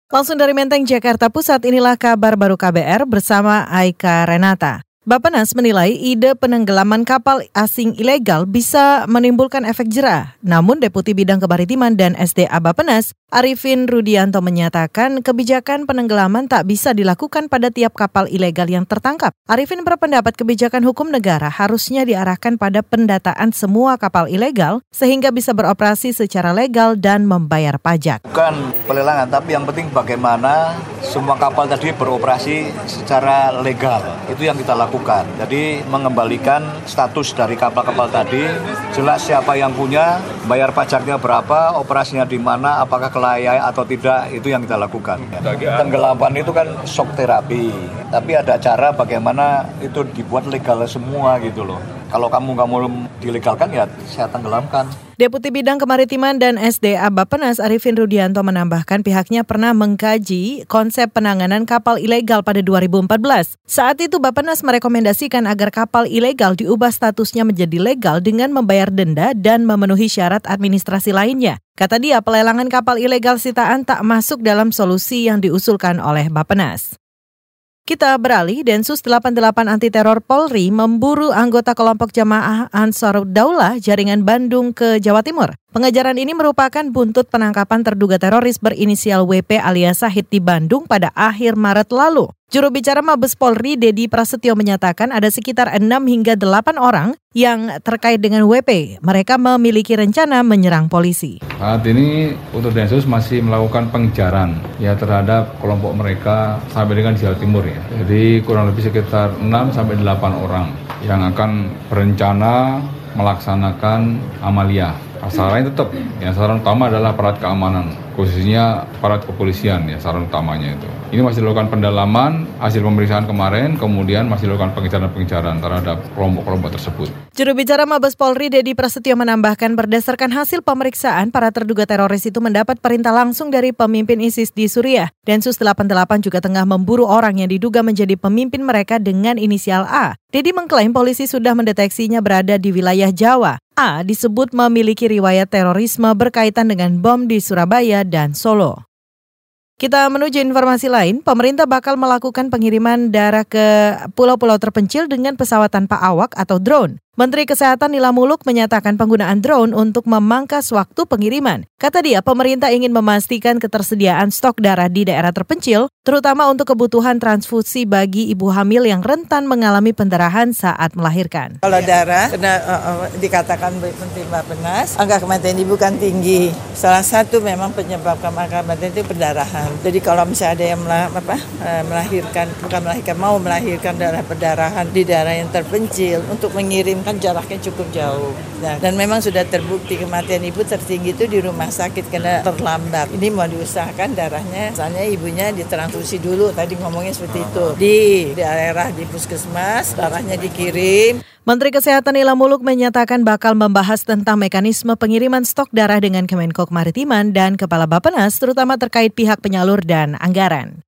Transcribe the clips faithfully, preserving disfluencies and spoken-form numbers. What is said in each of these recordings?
Langsung dari Menteng, Jakarta Pusat, inilah kabar baru K B R bersama Aika Renata. Bappenas menilai ide penenggelaman kapal asing ilegal bisa menimbulkan efek jera. Namun Deputi Bidang Kemaritiman dan S D A Bappenas, Arifin Rudianto menyatakan kebijakan penenggelaman tak bisa dilakukan pada tiap kapal ilegal yang tertangkap. Arifin berpendapat kebijakan hukum negara harusnya diarahkan pada pendataan semua kapal ilegal sehingga bisa beroperasi secara legal dan membayar pajak. Bukan pelelangan, tapi yang penting bagaimana semua kapal tadi beroperasi secara legal. Itu yang kita lakukan. Jadi mengembalikan status dari kapal-kapal tadi, jelas siapa yang punya, bayar pajaknya berapa, operasinya di mana, apakah layak atau tidak, itu yang kita lakukan. Tenggelaman itu kan shock terapi, tapi ada cara bagaimana itu dibuat legal semua gitu loh. Kalau kamu nggak mau dilegalkan ya saya tenggelamkan. Deputi Bidang Kemaritiman dan S D A Bappenas Arifin Rudianto menambahkan pihaknya pernah mengkaji konsep penanganan kapal ilegal pada dua ribu empat belas. Saat itu Bappenas merekomendasikan agar kapal ilegal diubah statusnya menjadi legal dengan membayar denda dan memenuhi syarat administrasi lainnya. Kata dia, pelelangan kapal ilegal sitaan tak masuk dalam solusi yang diusulkan oleh Bappenas. Kita beralih, Densus delapan puluh delapan Anti Teror Polri memburu anggota kelompok Jamaah Ansarud Daulah Jaringan Bandung ke Jawa Timur. Pengejaran ini merupakan buntut penangkapan terduga teroris berinisial W P alias Sahid di Bandung pada akhir Maret lalu. Juru bicara Mabes Polri Dedi Prasetyo menyatakan ada sekitar enam hingga delapan orang yang terkait dengan W P. Mereka memiliki rencana menyerang polisi. Saat ini untuk Densus masih melakukan pengejaran ya terhadap kelompok mereka sampai dengan Jawa Timur ya. Jadi kurang lebih sekitar enam sampai delapan orang yang akan berencana melaksanakan amalia. Sasaran tetap, yang sasaran utama adalah aparat keamanan, khususnya aparat kepolisian ya sasaran utamanya itu. Ini masih dilakukan pendalaman, hasil pemeriksaan kemarin, kemudian masih dilakukan pengejaran-pengejaran terhadap kelompok-kelompok tersebut. Juru bicara Mabes Polri Dedi Prasetyo menambahkan berdasarkan hasil pemeriksaan, para terduga teroris itu mendapat perintah langsung dari pemimpin ISIS di Suriah. Densus delapan puluh delapan juga tengah memburu orang yang diduga menjadi pemimpin mereka dengan inisial A. Dedi mengklaim polisi sudah mendeteksinya berada di wilayah Jawa. A disebut memiliki riwayat terorisme berkaitan dengan bom di Surabaya dan Solo. Kita menuju informasi lain, pemerintah bakal melakukan pengiriman darah ke pulau-pulau terpencil dengan pesawat tanpa awak atau drone. Menteri Kesehatan Nila Muluk menyatakan penggunaan drone untuk memangkas waktu pengiriman. Kata dia, pemerintah ingin memastikan ketersediaan stok darah di daerah terpencil, terutama untuk kebutuhan transfusi bagi ibu hamil yang rentan mengalami pendarahan saat melahirkan. Kalau darah, kena, uh, uh, dikatakan Menteri Bappenas, angka kematian ibu kan tinggi. Salah satu memang penyebab kematian itu pendarahan. Jadi kalau misalnya ada yang melah, apa, uh, melahirkan, bukan melahirkan, mau melahirkan darah perdarahan di daerah yang terpencil, untuk mengirimkan jaraknya cukup jauh. Nah, dan memang sudah terbukti kematian ibu tertinggi itu di rumah sakit karena terlambat. Ini mau diusahakan darahnya, misalnya ibunya ditransfusi dulu, tadi ngomongnya seperti itu. Di daerah di puskesmas, darahnya dikirim. Menteri Kesehatan Nila Muluk menyatakan bakal membahas tentang mekanisme pengiriman stok darah dengan Kemenko Kemaritiman dan Kepala Bappenas, terutama terkait pihak penyalur dan anggaran.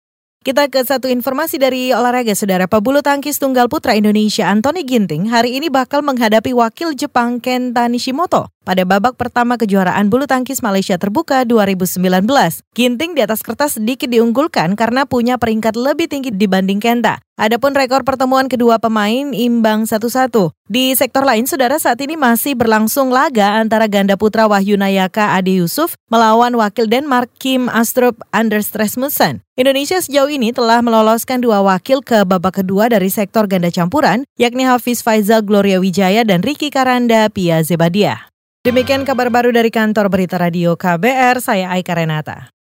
Kita ke satu informasi dari olahraga, saudara. Pebulu tangkis tunggal putra Indonesia Anthony Ginting hari ini bakal menghadapi wakil Jepang Kenta Nishimoto pada babak pertama kejuaraan bulu tangkis Malaysia Terbuka dua ribu sembilan belas. Ginting di atas kertas sedikit diunggulkan karena punya peringkat lebih tinggi dibanding Kenta. Adapun rekor pertemuan kedua pemain imbang satu satu. Di sektor lain, saudara, saat ini masih berlangsung laga antara ganda putra Wahyu Nayaka Ade Yusuf melawan wakil Denmark Kim Astrup Anders Rasmussen. Indonesia sejauh ini telah meloloskan dua wakil ke babak kedua dari sektor ganda campuran, yakni Hafiz Faizal Gloria Wijaya dan Ricky Karanda Pia Zebadiah. Demikian kabar baru dari kantor Berita Radio K B R, saya Aika Renata.